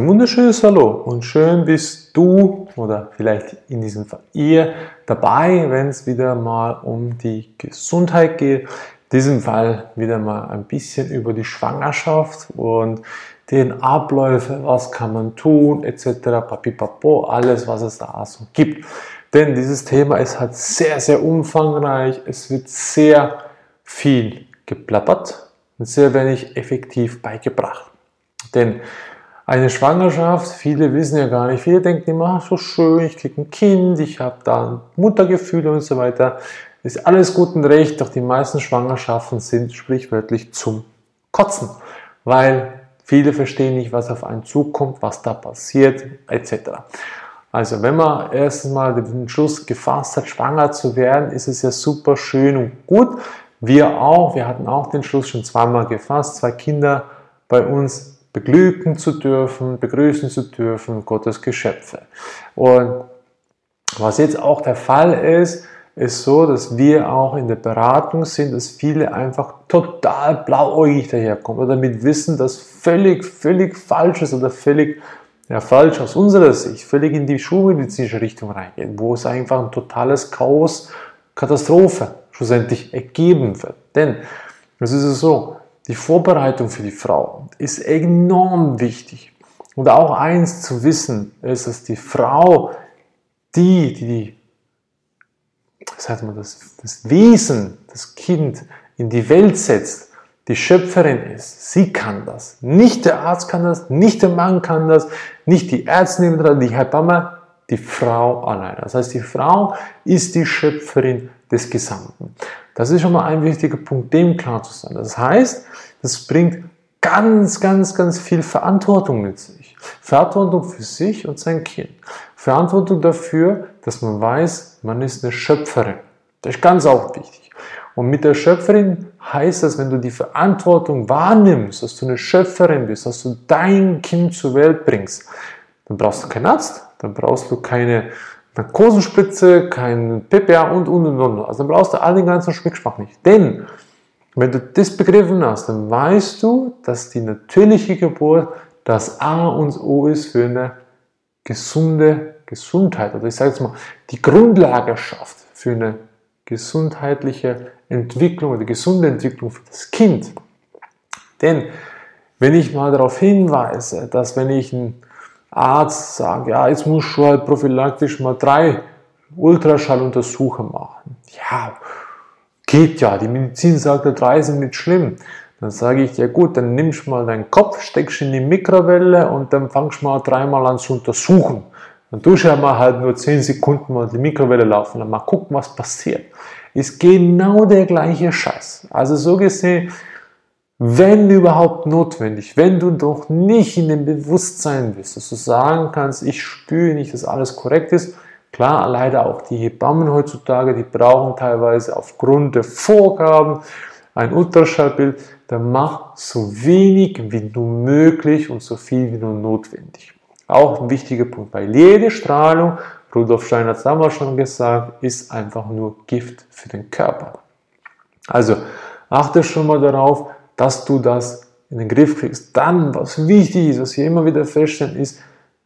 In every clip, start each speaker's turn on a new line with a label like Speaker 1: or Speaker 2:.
Speaker 1: Ein wunderschönes Hallo und schön bist du oder vielleicht in diesem Fall ihr dabei, wenn es wieder mal um die Gesundheit geht. In diesem Fall wieder mal ein bisschen über die Schwangerschaft und den Abläufe, was kann man tun, etc. Papipapo, alles, was es da so gibt. Denn dieses Thema ist halt sehr, sehr umfangreich. Es wird sehr viel geplappert und sehr wenig effektiv beigebracht. Denn eine Schwangerschaft, viele wissen ja gar nicht, viele denken immer, so schön, ich kriege ein Kind, ich habe da Muttergefühle und so weiter. Ist alles gut und recht, doch die meisten Schwangerschaften sind sprichwörtlich zum Kotzen, weil viele verstehen nicht, was auf einen zukommt, was da passiert, etc. Also wenn man erstens mal den Entschluss gefasst hat, schwanger zu werden, ist es ja super schön und gut. Wir hatten auch den Entschluss schon zweimal gefasst, 2 Kinder bei uns beglücken zu dürfen, begrüßen zu dürfen, Gottes Geschöpfe. Und was jetzt auch der Fall ist so, dass wir auch in der Beratung sind, dass viele einfach total blauäugig daherkommen oder damit wissen, dass völlig falsch ist oder völlig falsch aus unserer Sicht, völlig in die schulmedizinische Richtung reingeht, wo es einfach ein totales Chaos, Katastrophe schlussendlich ergeben wird. Denn es ist so, die Vorbereitung für die Frau ist enorm wichtig. Und auch eins zu wissen ist, dass die Frau, das Wesen, das Kind in die Welt setzt, die Schöpferin ist. Sie kann das. Nicht der Arzt kann das, nicht der Mann kann das, nicht die Ärztin, die Hebamme, die Frau alleine. Das heißt, die Frau ist die Schöpferin des Gesamten. Das ist schon mal ein wichtiger Punkt, dem klar zu sein. Das heißt, das bringt ganz viel Verantwortung mit sich. Verantwortung für sich und sein Kind. Verantwortung dafür, dass man weiß, man ist eine Schöpferin. Das ist ganz auch wichtig. Und mit der Schöpferin heißt das, wenn du die Verantwortung wahrnimmst, dass du eine Schöpferin bist, dass du dein Kind zur Welt bringst, dann brauchst du keinen Arzt, dann brauchst du keine Narkosenspritze, kein PPA und. Also dann brauchst du all den ganzen Schnickschnack nicht. Denn wenn du das begriffen hast, dann weißt du, dass die natürliche Geburt das A und O ist für eine gesunde Gesundheit. Oder ich sage jetzt mal, die Grundlage schafft für eine gesundheitliche Entwicklung oder gesunde Entwicklung für das Kind. Denn wenn ich mal darauf hinweise, dass wenn ich einen Arzt sage, ja, jetzt musst du halt prophylaktisch mal 3 Ultraschalluntersuchungen machen. Ja, geht ja, die Medizin sagt, 3 sind nicht schlimm. Dann sage ich, ja gut, dann nimmst du mal deinen Kopf, steckst ihn in die Mikrowelle und dann fangst du mal 3-mal an zu untersuchen. Dann tust du ja mal halt nur 10 Sekunden mal die Mikrowelle laufen und mal gucken, was passiert. Ist genau der gleiche Scheiß. Also so gesehen, wenn überhaupt notwendig, wenn du doch nicht in dem Bewusstsein bist, dass du sagen kannst, ich spüre nicht, dass alles korrekt ist. Klar, leider auch die Hebammen heutzutage, die brauchen teilweise aufgrund der Vorgaben ein Ultraschallbild. Dann mach so wenig wie nur möglich und so viel wie nur notwendig. Auch ein wichtiger Punkt, weil jede Strahlung, Rudolf Steiner hat es damals schon gesagt, ist einfach nur Gift für den Körper. Also achte schon mal darauf, dass du das in den Griff kriegst. Dann, was wichtig ist, was wir immer wieder feststellen, ist,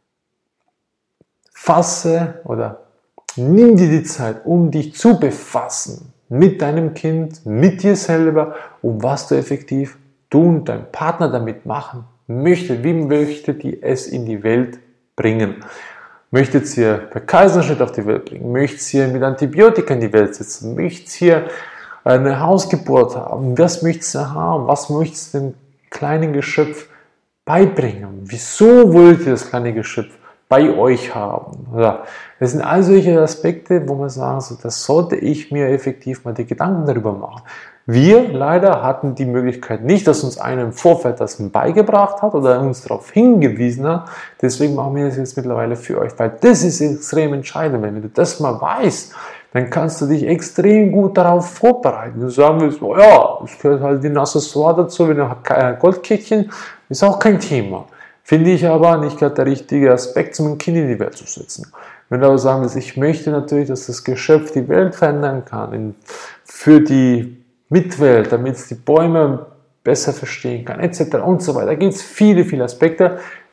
Speaker 1: nimm dir die Zeit, um dich zu befassen mit deinem Kind, mit dir selber, um was du effektiv tun, dein Partner damit machen möchte. Wie möchte die es in die Welt bringen? Möchtet ihr per Kaiserschnitt auf die Welt bringen? Möchtet ihr mit Antibiotika in die Welt setzen? Möchtet ihr eine Hausgeburt haben? Was möchtest du haben? Was möchtest du dem kleinen Geschöpf beibringen? Wieso wollt ihr das kleine Geschöpf bei euch haben? Ja, das sind all solche Aspekte, wo man sagen, so, das sollte ich mir effektiv mal die Gedanken darüber machen. Wir leider hatten die Möglichkeit nicht, dass uns einer im Vorfeld das beigebracht hat oder uns darauf hingewiesen hat. Deswegen machen wir das jetzt mittlerweile für euch, weil das ist extrem entscheidend. Wenn du das mal weißt, dann kannst du dich extrem gut darauf vorbereiten. Du sagen willst, oh ja, es gehört halt wie ein Accessoire dazu, wie ein Goldkettchen, ist auch kein Thema. Finde ich aber nicht gerade der richtige Aspekt, um ein Kind in die Welt zu setzen. Wenn du aber sagen willst, ich möchte natürlich, dass das Geschöpf die Welt verändern kann, für die Mitwelt, damit es die Bäume besser verstehen kann, etc. und so weiter. Da gibt es viele Aspekte.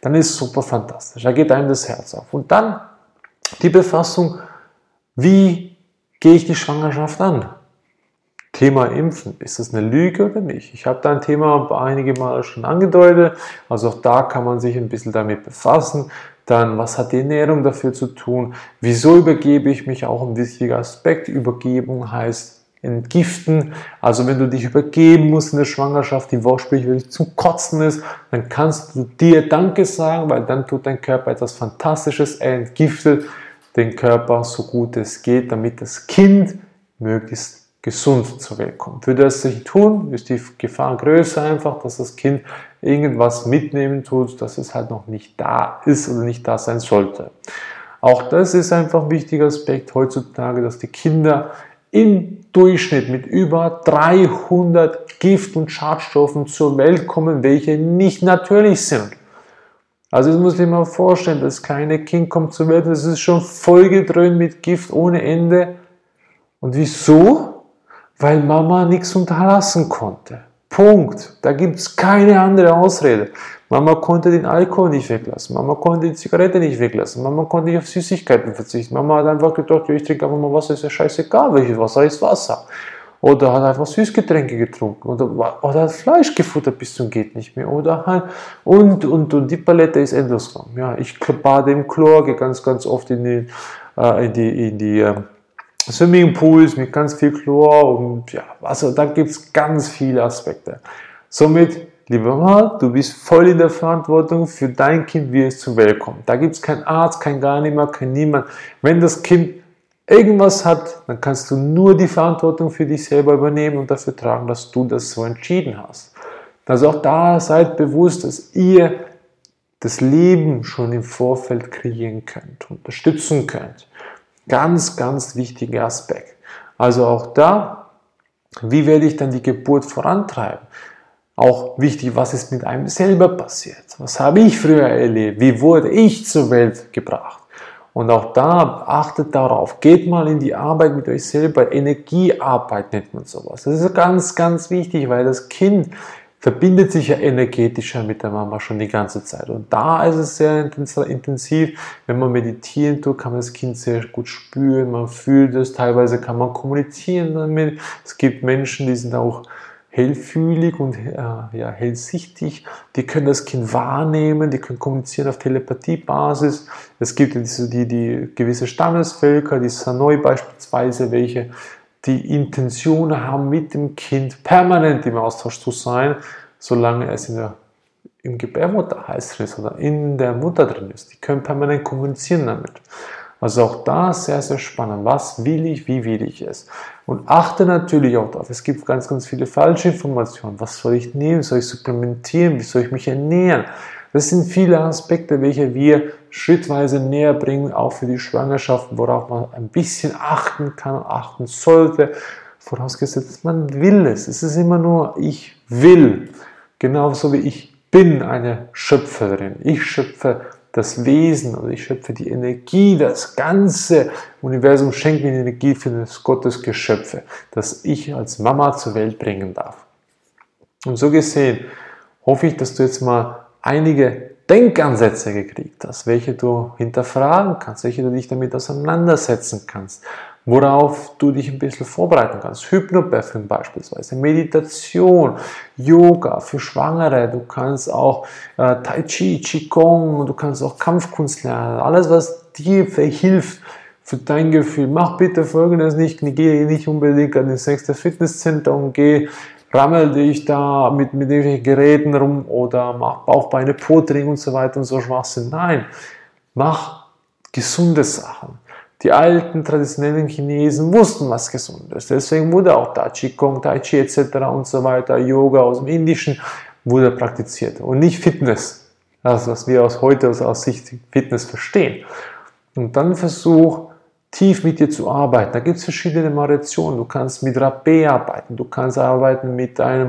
Speaker 1: dann ist es super fantastisch. Da geht einem das Herz auf. Und dann die Befassung, wie gehe ich die Schwangerschaft an? Thema Impfen, ist das eine Lüge oder nicht? Ich habe da ein Thema einige Male schon angedeutet, also auch da kann man sich ein bisschen damit befassen. Dann, was hat die Ernährung dafür zu tun? Wieso übergebe ich mich? Auch ein wichtiger Aspekt. Übergebung heißt entgiften. Also wenn du dich übergeben musst in der Schwangerschaft, die wortspiellich zum Kotzen ist, dann kannst du dir Danke sagen, weil dann tut dein Körper etwas Fantastisches. Er entgiftet den Körper so gut es geht, damit das Kind möglichst gesund zur Welt kommt. Würde das nicht tun, ist die Gefahr größer einfach, dass das Kind irgendwas mitnehmen tut, dass es halt noch nicht da ist oder nicht da sein sollte. Auch das ist einfach ein wichtiger Aspekt heutzutage, dass die Kinder im Durchschnitt mit über 300 Gift- und Schadstoffen zur Welt kommen, welche nicht natürlich sind. Also das muss ich dir mal vorstellen, das kleine Kind kommt zur Welt und es ist schon vollgedröhnt mit Gift ohne Ende. Und wieso? Weil Mama nichts unterlassen konnte. Punkt. Da gibt es keine andere Ausrede. Mama konnte den Alkohol nicht weglassen. Mama konnte die Zigarette nicht weglassen. Mama konnte nicht auf Süßigkeiten verzichten. Mama hat einfach gedacht, ich trinke einfach mal Wasser, ist ja scheißegal, welches Wasser ist Wasser. Oder hat einfach Süßgetränke getrunken. Oder hat Fleisch gefuttert bis zum geht nicht mehr. Oder halt, und die Palette ist endlos lang. Ja, ich bade im Chlor, gehe ganz oft in die Swimmingpools mit ganz viel Chlor und ja, also da gibt es ganz viele Aspekte. Somit, liebe Mama, du bist voll in der Verantwortung für dein Kind, wie es zur Welt kommt. Da gibt es keinen Arzt, kein gar niemand, kein niemand. Wenn das Kind irgendwas hat, dann kannst du nur die Verantwortung für dich selber übernehmen und dafür tragen, dass du das so entschieden hast. Also auch da seid bewusst, dass ihr das Leben schon im Vorfeld kreieren könnt, unterstützen könnt. Ganz wichtiger Aspekt. Also auch da, wie werde ich dann die Geburt vorantreiben? Auch wichtig, was ist mit einem selber passiert? Was habe ich früher erlebt? Wie wurde ich zur Welt gebracht? Und auch da achtet darauf, geht mal in die Arbeit mit euch selber. Energiearbeit nennt man sowas. Das ist ganz wichtig, weil das Kind verbindet sich ja energetischer mit der Mama schon die ganze Zeit. Und da ist es sehr intensiv. Wenn man meditieren tut, kann man das Kind sehr gut spüren, man fühlt es, teilweise kann man kommunizieren damit. Es gibt Menschen, die sind auch hellfühlig und hellsichtig, die können das Kind wahrnehmen, die können kommunizieren auf Telepathiebasis. Es gibt die gewisse Stammesvölker, die Sanoi beispielsweise, welche die Intention haben, mit dem Kind permanent im Austausch zu sein, solange es im Gebärmutterhals ist oder in der Mutter drin ist. Die können permanent kommunizieren damit. Also auch da sehr spannend. Was will ich, wie will ich es? Und achte natürlich auch darauf, es gibt ganz viele falsche Informationen. Was soll ich nehmen? Soll ich supplementieren? Wie soll ich mich ernähren? Das sind viele Aspekte, welche wir schrittweise näher bringen, auch für die Schwangerschaft, worauf man ein bisschen achten kann, achten sollte, vorausgesetzt, man will es. Es ist immer nur, ich will. Genauso wie ich bin eine Schöpferin. Ich schöpfe das Wesen oder ich schöpfe die Energie, das ganze Universum schenkt mir die Energie für das Gottesgeschöpfe, das ich als Mama zur Welt bringen darf. Und so gesehen hoffe ich, dass du jetzt mal einige Denkansätze gekriegt hast, welche du hinterfragen kannst, welche du dich damit auseinandersetzen kannst, worauf du dich ein bisschen vorbereiten kannst. Hypnobirthing beispielsweise, Meditation, Yoga für Schwangere, du kannst auch Tai Chi, Qigong, du kannst auch Kampfkunst lernen, alles was dir hilft für dein Gefühl. Mach bitte Folgendes nicht, geh nicht unbedingt an das nächste Fitnesscenter und rammel dich da mit irgendwelchen Geräten rum oder mach Bauch-Beine Po-Training und so weiter und so Schwachsinn. Nein, mach gesunde Sachen. Die alten traditionellen Chinesen wussten, was gesund ist. Deswegen wurde auch da Qigong, Tai Chi etc. und so weiter, Yoga aus dem Indischen wurde praktiziert und nicht Fitness. Das, was wir heute aus Sicht Fitness verstehen. Und dann versuch, tief mit dir zu arbeiten. Da gibt es verschiedene Variationen. Du kannst mit Rapé arbeiten, du kannst arbeiten mit einem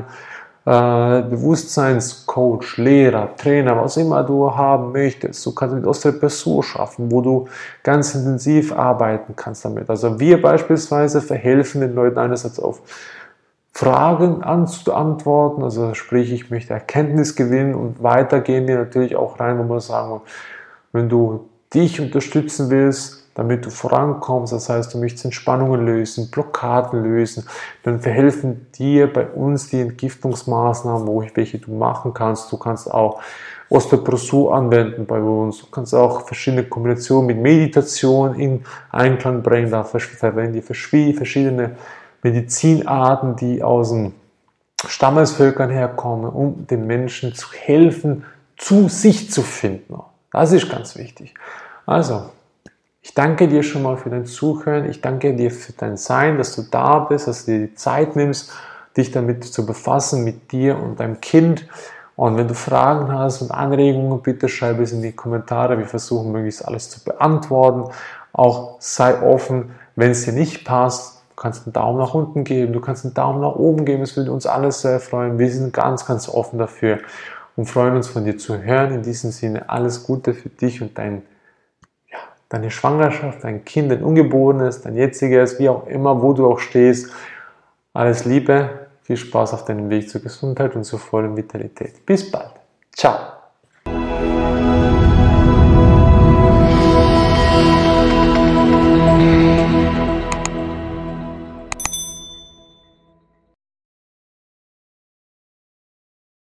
Speaker 1: Bewusstseinscoach, Lehrer, Trainer, was immer du haben möchtest. Du kannst mit Osteopersur schaffen, wo du ganz intensiv arbeiten kannst damit. Also wir beispielsweise verhelfen den Leuten einerseits auf Fragen anzuantworten, also sprich, ich möchte Erkenntnis gewinnen und weiter gehen wir natürlich auch rein, wo wir sagen, wenn du dich unterstützen willst, damit du vorankommst, das heißt, du möchtest Entspannungen lösen, Blockaden lösen, dann verhelfen dir bei uns die Entgiftungsmaßnahmen, welche du machen kannst. Du kannst auch Osteoporose anwenden bei uns, du kannst auch verschiedene Kombinationen mit Meditation in Einklang bringen, da verwenden wir verschiedene Medizinarten, die aus den Stammesvölkern herkommen, um den Menschen zu helfen, zu sich zu finden. Das ist ganz wichtig. Also, ich danke dir schon mal für dein Zuhören. Ich danke dir für dein Sein, dass du da bist, dass du dir die Zeit nimmst, dich damit zu befassen, mit dir und deinem Kind. Und wenn du Fragen hast und Anregungen, bitte schreib es in die Kommentare. Wir versuchen möglichst alles zu beantworten. Auch sei offen, wenn es dir nicht passt. Du kannst einen Daumen nach unten geben, du kannst einen Daumen nach oben geben. Es würde uns alles sehr freuen. Wir sind ganz, ganz offen dafür und freuen uns, von dir zu hören. In diesem Sinne alles Gute für dich und deine Schwangerschaft, dein Kind, dein Ungeborenes, dein jetziges, wie auch immer, wo du auch stehst. Alles Liebe, viel Spaß auf deinem Weg zur Gesundheit und zur vollen Vitalität. Bis bald. Ciao.